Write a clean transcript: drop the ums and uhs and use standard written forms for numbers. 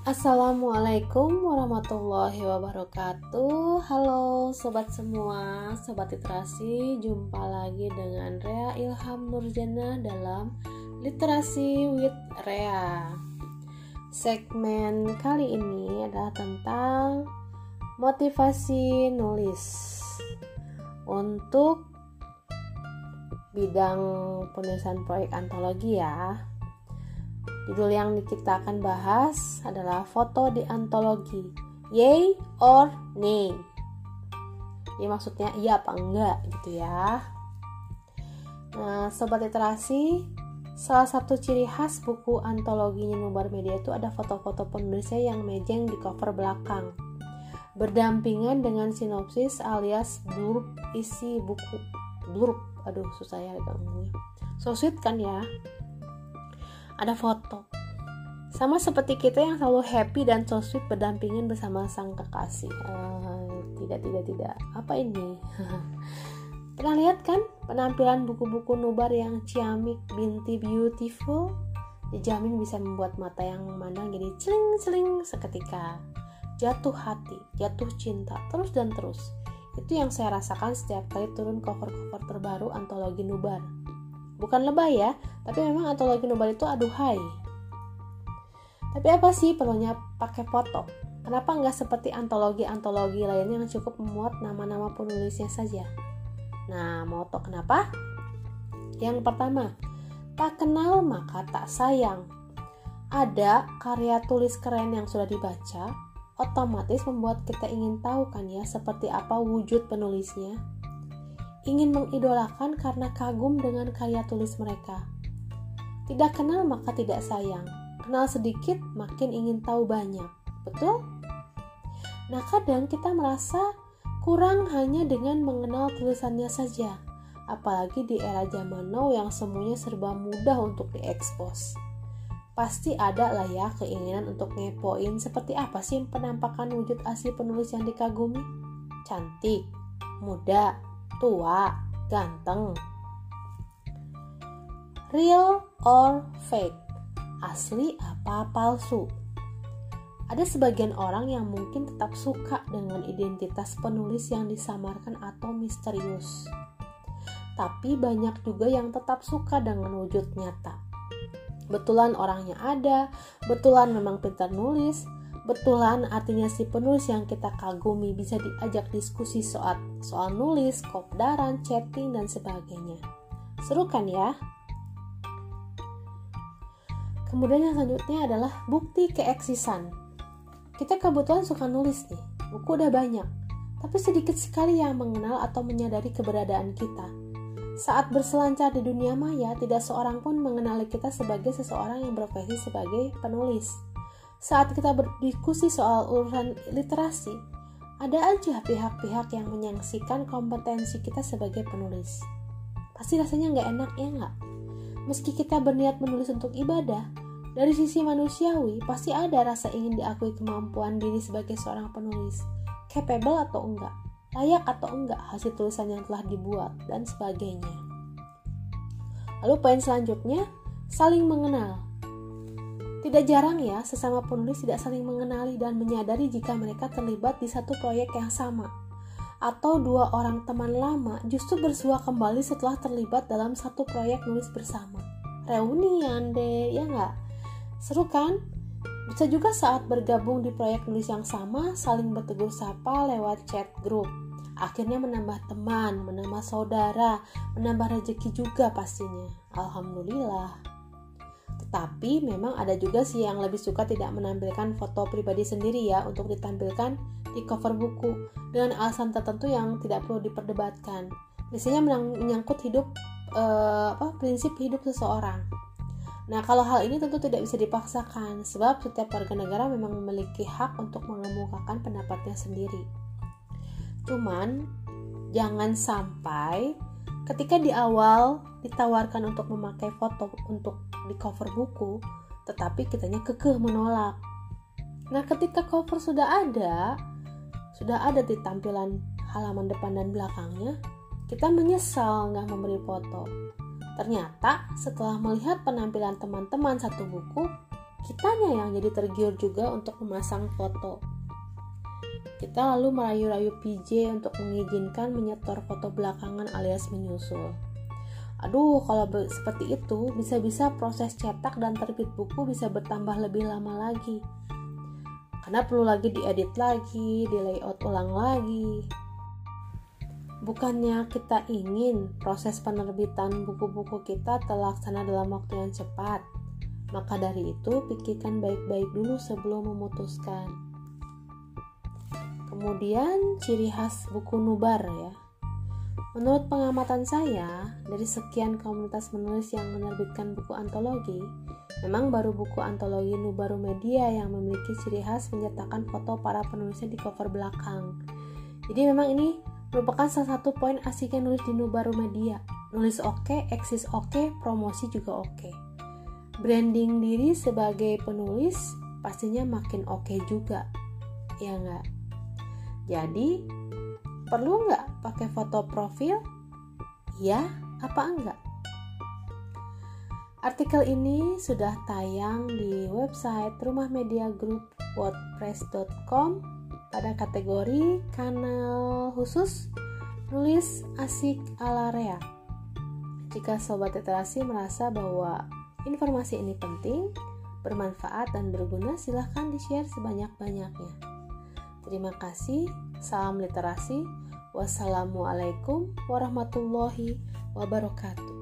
Assalamualaikum warahmatullahi wabarakatuh. Halo sobat semua, sobat literasi. Jumpa lagi dengan Rea Ilham Nurjana dalam Literasi with Rea. Segmen kali ini adalah tentang motivasi nulis. Untuk bidang penulisan proyek antologi ya. Judul yang kita akan bahas adalah foto di antologi. Yay or nay? Ini maksudnya iya apa enggak gitu ya. Nah, sobat literasi, salah satu ciri khas buku antologinya Nubar Media itu ada foto-foto penulisnya yang mejeng di cover belakang, berdampingan dengan sinopsis alias blurb isi buku. Blurb, aduh susah ya ngomongnya. So sweet kan ya? Ada foto. Sama seperti kita yang selalu happy dan so sweet berdampingan bersama sang kekasih. Tidak. Apa ini? Pernah lihat kan penampilan buku-buku Nubar yang ciamik, binti, beautiful? Dijamin bisa membuat mata yang memandang jadi celing-celing seketika. Jatuh hati, jatuh cinta, terus dan terus. Itu yang saya rasakan setiap kali turun cover-cover terbaru antologi Nubar. Bukan lebay ya, tapi memang antologi Nubar itu aduhai. Tapi apa sih perlunya pakai foto? Kenapa nggak seperti antologi-antologi lainnya yang cukup memuat nama-nama penulisnya saja? Nah, mau tau kenapa? Yang pertama, tak kenal maka tak sayang. Ada karya tulis keren yang sudah dibaca, otomatis membuat kita ingin tahu kan ya seperti apa wujud penulisnya. Ingin mengidolakan karena kagum dengan karya tulis mereka. Tidak kenal maka tidak sayang. Kenal sedikit makin ingin tahu banyak. Betul? Nah, kadang kita merasa kurang hanya dengan mengenal tulisannya saja. Apalagi di era zaman now yang semuanya serba mudah untuk diekspos. Pasti ada lah ya keinginan untuk ngepoin seperti apa sih penampakan wujud asli penulis yang dikagumi. Cantik, muda, tua, ganteng. Real or fake? Asli apa palsu? Ada sebagian orang yang mungkin tetap suka dengan identitas penulis yang disamarkan atau misterius. Tapi banyak juga yang tetap suka dengan wujud nyata. Betulan orangnya ada, betulan memang pintar nulis, betulan artinya si penulis yang kita kagumi bisa diajak diskusi soal nulis, kopdaran, chatting, dan sebagainya. Seru kan ya? Kemudian yang selanjutnya adalah bukti keeksisan. Kita kebetulan suka nulis nih, buku udah banyak, tapi sedikit sekali yang mengenal atau menyadari keberadaan kita. Saat berselancar di dunia maya, tidak seorang pun mengenali kita sebagai seseorang yang berprofesi sebagai penulis. Saat kita berdiskusi soal urusan literasi, ada aja pihak-pihak yang menyaksikan kompetensi kita sebagai penulis. Pasti rasanya nggak enak ya nggak? Meski kita berniat menulis untuk ibadah, dari sisi manusiawi pasti ada rasa ingin diakui kemampuan diri sebagai seorang penulis, capable atau enggak, layak atau enggak hasil tulisan yang telah dibuat, dan sebagainya. Lalu poin selanjutnya, saling mengenal. Tidak jarang ya sesama penulis tidak saling mengenali dan menyadari jika mereka terlibat di satu proyek yang sama. Atau dua orang teman lama justru bersua kembali setelah terlibat dalam satu proyek nulis bersama. Reunian deh, ya nggak? Seru kan? Bisa juga saat bergabung di proyek nulis yang sama, saling bertegur sapa lewat chat grup. Akhirnya menambah teman, menambah saudara, menambah rezeki juga pastinya. Alhamdulillah. Tetapi memang ada juga sih yang lebih suka tidak menampilkan foto pribadi sendiri ya untuk ditampilkan di cover buku dengan alasan tertentu yang tidak perlu diperdebatkan. Biasanya menyangkut prinsip hidup seseorang. Nah, kalau hal ini tentu tidak bisa dipaksakan sebab setiap warga negara memang memiliki hak untuk mengemukakan pendapatnya sendiri. Cuman jangan sampai ketika di awal ditawarkan untuk memakai foto untuk di cover buku, tetapi kitanya kekeh menolak. Nah, ketika cover sudah ada di tampilan halaman depan dan belakangnya, kita menyesal nggak memberi foto. Ternyata setelah melihat penampilan teman-teman satu buku, kitanya yang jadi tergiur juga untuk memasang foto. Kita lalu merayu-rayu PJ untuk mengizinkan menyetor foto belakangan alias menyusul. Aduh, kalau seperti itu, bisa-bisa proses cetak dan terbit buku bisa bertambah lebih lama lagi. Karena perlu lagi diedit lagi, di layout ulang lagi. Bukannya kita ingin proses penerbitan buku-buku kita terlaksana dalam waktu yang cepat. Maka dari itu, pikirkan baik-baik dulu sebelum memutuskan. Kemudian, ciri khas buku Nubar ya. Menurut pengamatan saya, dari sekian komunitas menulis yang menerbitkan buku antologi, memang baru buku antologi Nubaru Media yang memiliki ciri khas menyertakan foto para penulisnya di cover belakang. Jadi memang ini merupakan salah satu poin asiknya nulis di Nubaru Media. Nulis oke, eksis oke, promosi juga oke. Branding diri sebagai penulis pastinya makin oke juga, ya nggak? Jadi, perlu nggak pakai foto profil? Ya, apa enggak? Artikel ini sudah tayang di website rumahmediagroup.wordpress.com pada kategori kanal khusus nulis asik ala Rea. Jika Sobat Literasi merasa bahwa informasi ini penting, bermanfaat dan berguna, silahkan di-share sebanyak-banyaknya. Terima kasih. Salam literasi. Wassalamualaikum warahmatullahi wabarakatuh.